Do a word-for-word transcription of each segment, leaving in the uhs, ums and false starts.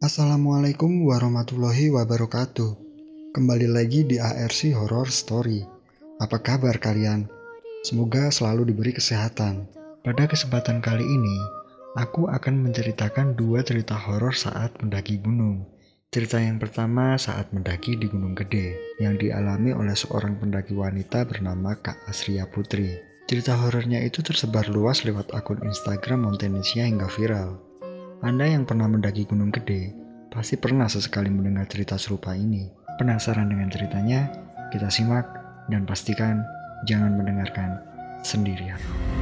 Assalamualaikum warahmatullahi wabarakatuh. Kembali lagi di A R C Horror Story. Apa kabar kalian? Semoga selalu diberi kesehatan. Pada kesempatan kali ini, aku akan menceritakan dua cerita horor saat mendaki gunung. Cerita yang pertama saat mendaki di Gunung Gede, yang dialami oleh seorang pendaki wanita bernama Kak Asria Putri. Cerita horornya itu tersebar luas lewat akun Instagram Montanesia hingga viral. Anda yang pernah mendaki Gunung Gede, pasti pernah sesekali mendengar cerita serupa ini. Penasaran dengan ceritanya? Kita simak dan pastikan jangan mendengarkan sendirian.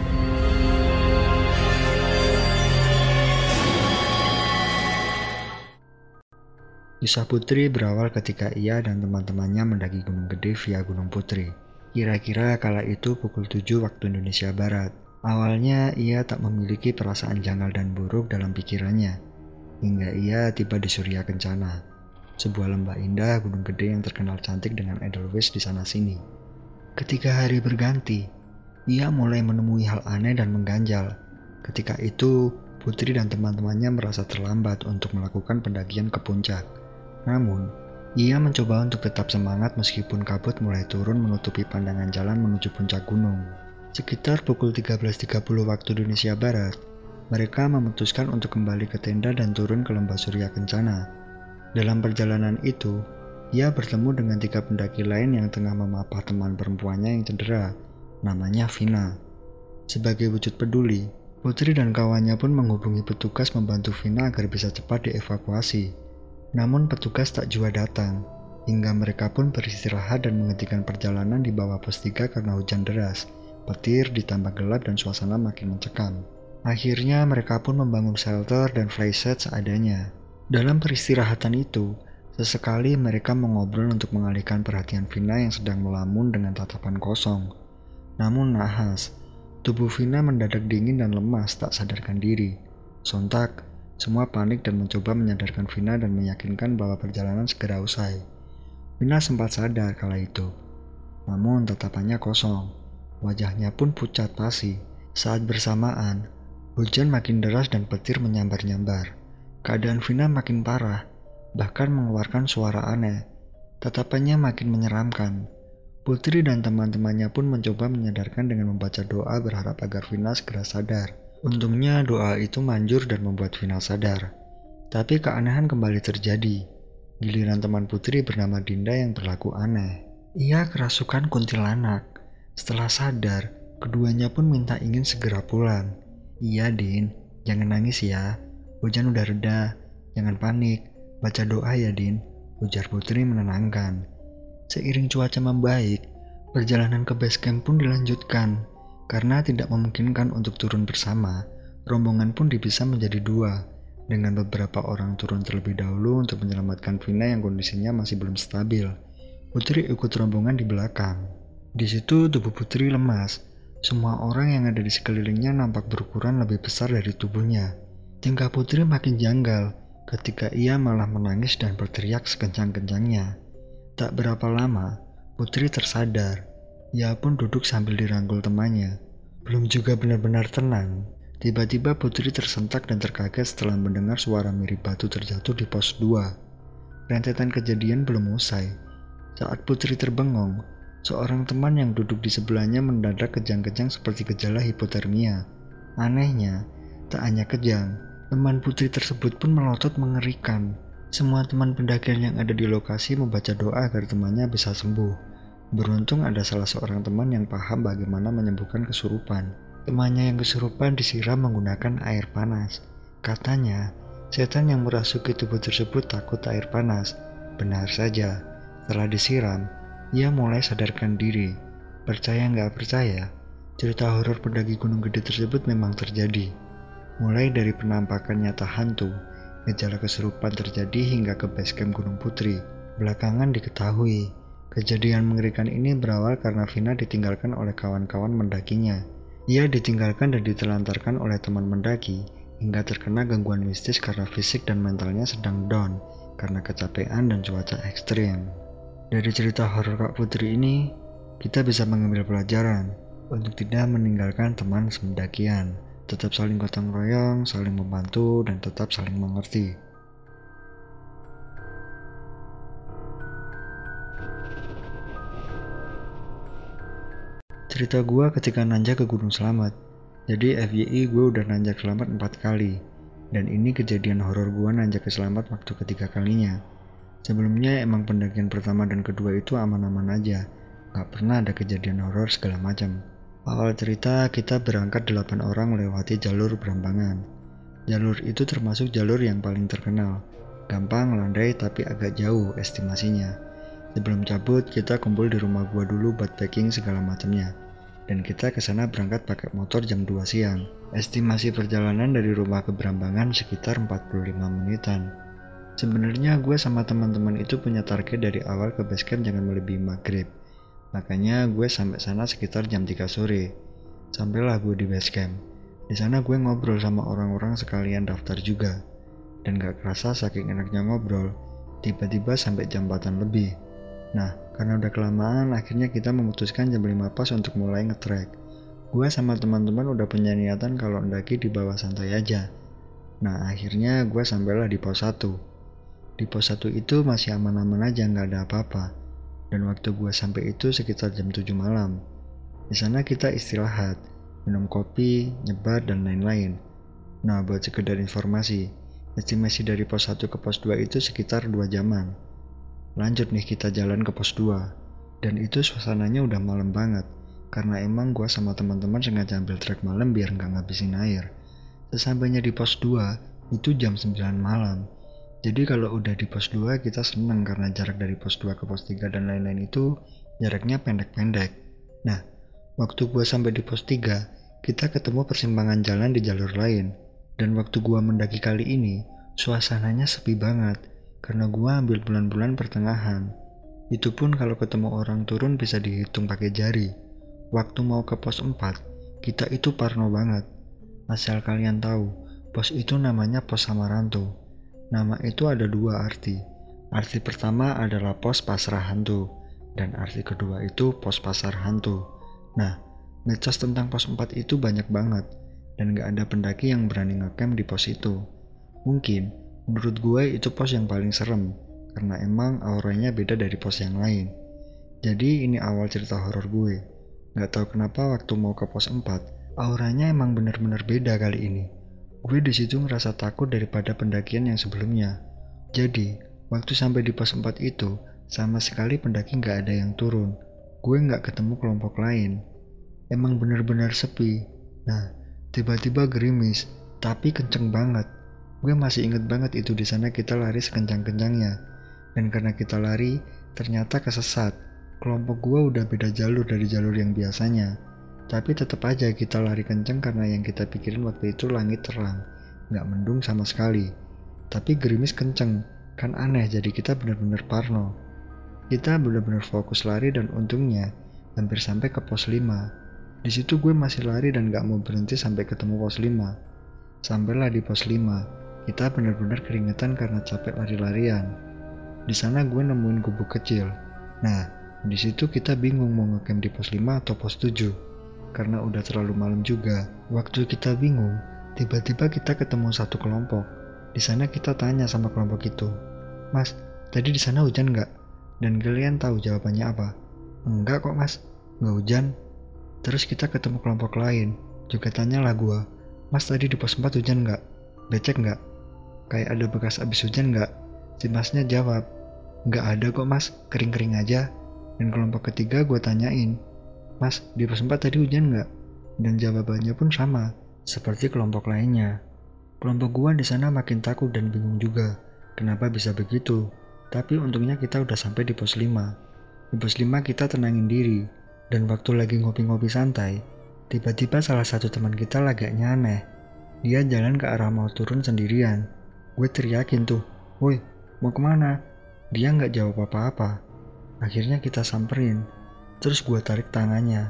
Kisah Putri berawal ketika ia dan teman-temannya mendaki Gunung Gede via Gunung Putri. Kira-kira kala itu pukul tujuh waktu Indonesia Barat. Awalnya ia tak memiliki perasaan janggal dan buruk dalam pikirannya, hingga ia tiba di Surya Kencana, sebuah lembah indah Gunung Gede yang terkenal cantik dengan edelweiss di sana-sini. Ketika hari berganti, ia mulai menemui hal aneh dan mengganjal. Ketika itu, Putri dan teman-temannya merasa terlambat untuk melakukan pendakian ke puncak. Namun, ia mencoba untuk tetap semangat meskipun kabut mulai turun menutupi pandangan jalan menuju puncak gunung. Sekitar pukul tiga belas tiga puluh waktu Indonesia Barat, mereka memutuskan untuk kembali ke tenda dan turun ke lembah Surya Kencana. Dalam perjalanan itu, ia bertemu dengan tiga pendaki lain yang tengah memapah teman perempuannya yang cedera, namanya Vina. Sebagai wujud peduli, Putri dan kawannya pun menghubungi petugas membantu Vina agar bisa cepat dievakuasi. Namun petugas tak jua datang, hingga mereka pun beristirahat dan menghentikan perjalanan di bawah pos tiga karena hujan deras. Petir ditambah gelap dan suasana makin mencekam. Akhirnya mereka pun membangun shelter dan flashset seadanya. Dalam peristirahatan itu, sesekali mereka mengobrol untuk mengalihkan perhatian Vina yang sedang melamun dengan tatapan kosong. Namun nahas, tubuh Vina mendadak dingin dan lemas tak sadarkan diri. Sontak, semua panik dan mencoba menyadarkan Vina dan meyakinkan bahwa perjalanan segera usai. Vina sempat sadar kala itu, namun tatapannya kosong. Wajahnya pun pucat pasi. Saat bersamaan, hujan makin deras dan petir menyambar-nyambar. Keadaan Vina makin parah, bahkan mengeluarkan suara aneh. Tatapannya makin menyeramkan. Putri dan teman-temannya pun mencoba menyadarkan dengan membaca doa berharap agar Vina segera sadar. Untungnya doa itu manjur dan membuat Vina sadar. Tapi keanehan kembali terjadi. Giliran teman Putri bernama Dinda yang berlaku aneh. Ia kerasukan kuntilanak. Setelah sadar, keduanya pun minta ingin segera pulang. Iya, Din, jangan nangis ya. Hujan udah reda, jangan panik. Baca doa ya, Din, ujar Putri menenangkan. Seiring cuaca membaik, perjalanan ke base camp pun dilanjutkan. Karena tidak memungkinkan untuk turun bersama, rombongan pun dipisah menjadi dua, dengan beberapa orang turun terlebih dahulu untuk menyelamatkan Vina yang kondisinya masih belum stabil. Putri ikut rombongan di belakang. Di situ tubuh Putri lemas. Semua orang yang ada di sekelilingnya nampak berukuran lebih besar dari tubuhnya. Tingkah Putri makin janggal ketika ia malah menangis dan berteriak sekencang-kencangnya. Tak berapa lama, Putri tersadar. Ia pun duduk sambil dirangkul temannya. Belum juga benar-benar tenang, tiba-tiba Putri tersentak dan terkaget setelah mendengar suara mirip batu terjatuh di pos dua. Rentetan kejadian belum usai. Saat Putri terbengong, seorang teman yang duduk di sebelahnya mendadak kejang-kejang seperti gejala hipotermia. Anehnya, tak hanya kejang, teman Putri tersebut pun melotot mengerikan. Semua teman pendakian yang ada di lokasi membaca doa agar temannya bisa sembuh. Beruntung ada salah seorang teman yang paham bagaimana menyembuhkan kesurupan. Temannya yang kesurupan disiram menggunakan air panas. Katanya, setan yang merasuki tubuh tersebut takut air panas. Benar saja, setelah disiram, ia mulai sadarkan diri. Percaya nggak percaya, cerita horor pendaki Gunung Gede tersebut memang terjadi. Mulai dari penampakan nyata hantu, gejala kesurupan terjadi hingga ke base camp Gunung Putri. Belakangan diketahui, kejadian mengerikan ini berawal karena Vina ditinggalkan oleh kawan-kawan mendakinya. Ia ditinggalkan dan ditelantarkan oleh teman mendaki hingga terkena gangguan mistis karena fisik dan mentalnya sedang down karena kecapean dan cuaca ekstrim. Dari cerita horor Kak Putri ini, kita bisa mengambil pelajaran untuk tidak meninggalkan teman semendakian. Tetap saling gotong royong, saling membantu, dan tetap saling mengerti. cerita gua ketika nanjak ke Gunung Selamat. Jadi F Y I gue udah nanjak Selamat empat kali. Dan ini kejadian horor gua nanjak ke Selamat waktu ketiga kalinya. Sebelumnya emang pendakian pertama dan kedua itu aman-aman aja. Gak pernah ada kejadian horor segala macam. Awal cerita kita berangkat delapan orang melewati jalur Brambangan. Jalur itu termasuk jalur yang paling terkenal. Gampang, landai, tapi agak jauh estimasinya. Sebelum cabut, kita kumpul di rumah gua dulu buat packing segala macamnya. Dan kita ke sana berangkat pakai motor jam dua siang. Estimasi perjalanan dari rumah ke Brambangan sekitar empat puluh lima menitan. Sebenarnya gue sama teman-teman itu punya target dari awal ke base camp jangan melebihi maghrib. Makanya gue sampai sana sekitar jam tiga sore. Sampailah gue di base camp. Di sana gue ngobrol sama orang-orang sekalian daftar juga. Dan gak kerasa saking enaknya ngobrol, tiba-tiba sampai jam empatan lebih. Nah, karena udah kelamaan, akhirnya kita memutuskan jam lima pas untuk mulai nge-trek. Gue sama teman-teman udah punya niatan kalau mendaki di bawah santai aja. Nah, akhirnya gue sampailah di pos satu. Di pos satu itu masih aman-aman aja, nggak ada apa-apa. Dan waktu gue sampai itu sekitar jam tujuh malam. Di sana kita istirahat, minum kopi, nyebat, dan lain-lain. Nah, buat sekedar informasi, estimasi dari pos satu ke pos dua itu sekitar dua jaman. Lanjut nih kita jalan ke pos dua. Dan itu suasananya udah malam banget. Karena emang gue sama teman-teman sengaja ambil trek malam biar nggak ngabisin air. Sesampainya di pos dua, itu jam sembilan malam. Jadi kalau udah di pos dua kita seneng karena jarak dari pos dua ke pos tiga dan lain-lain itu jaraknya pendek-pendek. Nah, waktu gua sampai di pos tiga, kita ketemu persimpangan jalan di jalur lain. Dan waktu gua mendaki kali ini, suasananya sepi banget karena gua ambil bulan-bulan pertengahan. Itu pun kalau ketemu orang turun bisa dihitung pakai jari. Waktu mau ke pos empat, kita itu parno banget. Asal kalian tahu, pos itu namanya pos Samarantu. Nama itu ada dua arti. Arti pertama adalah pos pasrah hantu, dan arti kedua itu pos pasar hantu. Nah, mitos tentang pos empat itu banyak banget, dan gak ada pendaki yang berani ngecamp di pos itu. Mungkin, menurut gue itu pos yang paling serem, karena emang auranya beda dari pos yang lain. Jadi ini awal cerita horor gue. Gak tahu kenapa waktu mau ke pos empat, auranya emang bener-bener beda kali ini. Gue di situ ngerasa takut daripada pendakian yang sebelumnya. Jadi, waktu sampai di pos empat itu, sama sekali pendaki nggak ada yang turun. Gue nggak ketemu kelompok lain. Emang bener-bener sepi. Nah, tiba-tiba gerimis, tapi kenceng banget. Gue masih inget banget itu di sana kita lari sekencang-kencangnya. Dan karena kita lari, ternyata kesesat. Kelompok gue udah beda jalur dari jalur yang biasanya. Tapi tetap aja kita lari kenceng karena yang kita pikirin waktu itu langit terang, nggak mendung sama sekali. Tapi gerimis kenceng, kan aneh jadi kita benar-benar parno. Kita benar-benar fokus lari dan untungnya hampir sampai ke pos lima. Di situ gue masih lari dan nggak mau berhenti sampai ketemu pos lima. Sampailah di pos lima, kita benar-benar keringetan karena capek lari-larian. Di sana gue nemuin gubuk kecil. Nah, di situ kita bingung mau ngecamp di pos lima atau pos tujuh. Karena udah terlalu malam juga. Waktu kita bingung, tiba-tiba kita ketemu satu kelompok. Di sana kita tanya sama kelompok itu, "Mas, tadi di sana hujan nggak?" Dan kalian tahu jawabannya apa? "Enggak kok mas, nggak hujan." Terus kita ketemu kelompok lain, juga tanyalah gua, "Mas tadi di pos empat hujan nggak? Becek nggak? Kayak ada bekas abis hujan nggak?" Si masnya jawab, "Nggak ada kok mas, kering-kering aja." Dan kelompok ketiga gua tanyain, "Mas, di pos empat tadi hujan nggak?" Dan jawabannya pun sama, seperti kelompok lainnya. Kelompok gua di sana makin takut dan bingung juga, kenapa bisa begitu. Tapi untungnya kita udah sampai di pos lima. Di pos lima kita tenangin diri, dan waktu lagi ngopi-ngopi santai, tiba-tiba salah satu teman kita agaknya aneh. Dia jalan ke arah mau turun sendirian. Gue teriakin tuh, "Woi, mau kemana?" Dia nggak jawab apa-apa. Akhirnya kita samperin. Terus gue tarik tangannya.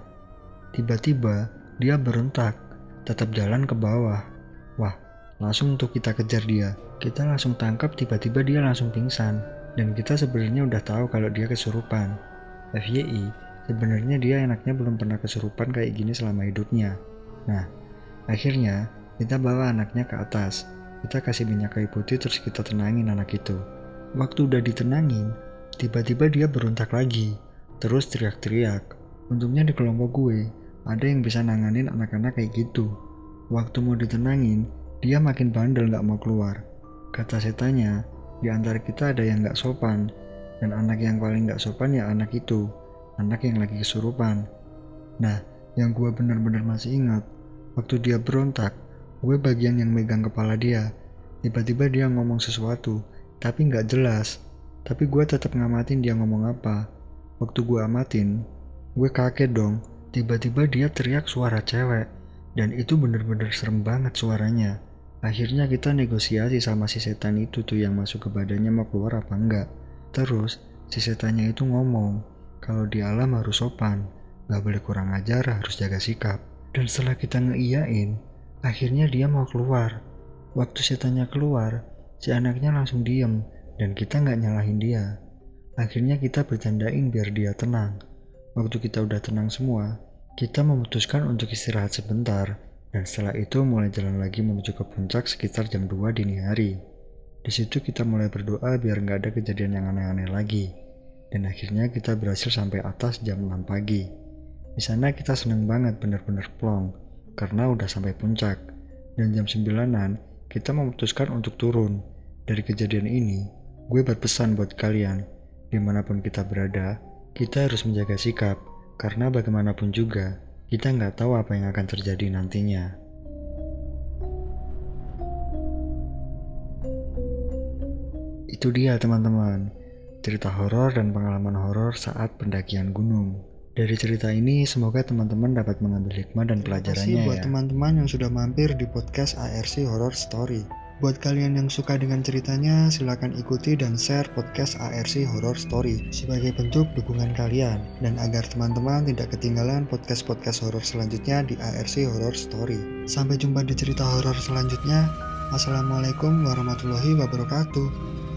Tiba-tiba dia berontak, tetap jalan ke bawah. Wah, langsung tuh kita kejar dia. Kita langsung tangkap, tiba-tiba dia langsung pingsan. Dan kita sebenarnya udah tahu kalau dia kesurupan. F Y I, sebenarnya dia enaknya belum pernah kesurupan kayak gini selama hidupnya. Nah, akhirnya kita bawa anaknya ke atas. Kita kasih minyak kayu putih terus kita tenangin anak itu. Waktu udah ditenangin, tiba-tiba dia berontak lagi. Terus teriak-teriak, Untungnya di kelompok gue, ada yang bisa nanganin anak-anak kayak gitu. Waktu mau ditenangin, dia makin bandel gak mau keluar. Kata setannya, di antara kita ada yang gak sopan, dan anak yang paling gak sopan ya anak itu, anak yang lagi kesurupan. Nah, yang gue benar-benar masih ingat, waktu dia berontak, gue bagian yang megang kepala dia. Tiba-tiba dia ngomong sesuatu, tapi gak jelas. Tapi gue tetap ngamatin dia ngomong apa. Waktu gue amatin, gue kaget dong. Tiba-tiba dia teriak suara cewek. Dan itu bener-bener serem banget suaranya. Akhirnya kita negosiasi sama si setan itu tuh yang masuk ke badannya mau keluar apa enggak. Terus si setannya itu ngomong kalau di alam harus sopan, gak boleh kurang ajar, harus jaga sikap. Dan setelah kita ngeiyain, akhirnya dia mau keluar. Waktu setannya keluar, si anaknya langsung diem dan kita gak nyalahin dia. Akhirnya kita bercandain biar dia tenang. Waktu kita udah tenang semua, kita memutuskan untuk istirahat sebentar, dan setelah itu mulai jalan lagi menuju ke puncak sekitar jam dua dini hari. Di situ kita mulai berdoa biar nggak ada kejadian yang aneh-aneh lagi. Dan akhirnya kita berhasil sampai atas jam enam pagi. Di sana kita seneng banget bener-bener plong, karena udah sampai puncak. Dan jam sembilanan, kita memutuskan untuk turun. Dari kejadian ini, gue berpesan buat kalian, dimanapun kita berada, kita harus menjaga sikap. Karena bagaimanapun juga, kita nggak tahu apa yang akan terjadi nantinya. Itu dia teman-teman, cerita horor dan pengalaman horor saat pendakian gunung. Dari cerita ini, semoga teman-teman dapat mengambil hikmah dan pelajarannya ya. Buat teman-teman yang sudah mampir di podcast A R C Horror Story. Buat kalian yang suka dengan ceritanya, silakan ikuti dan share podcast A R C Horror Story sebagai bentuk dukungan kalian. Dan agar teman-teman tidak ketinggalan podcast-podcast horor selanjutnya di A R C Horror Story. Sampai jumpa di cerita horor selanjutnya. Wassalamualaikum warahmatullahi wabarakatuh.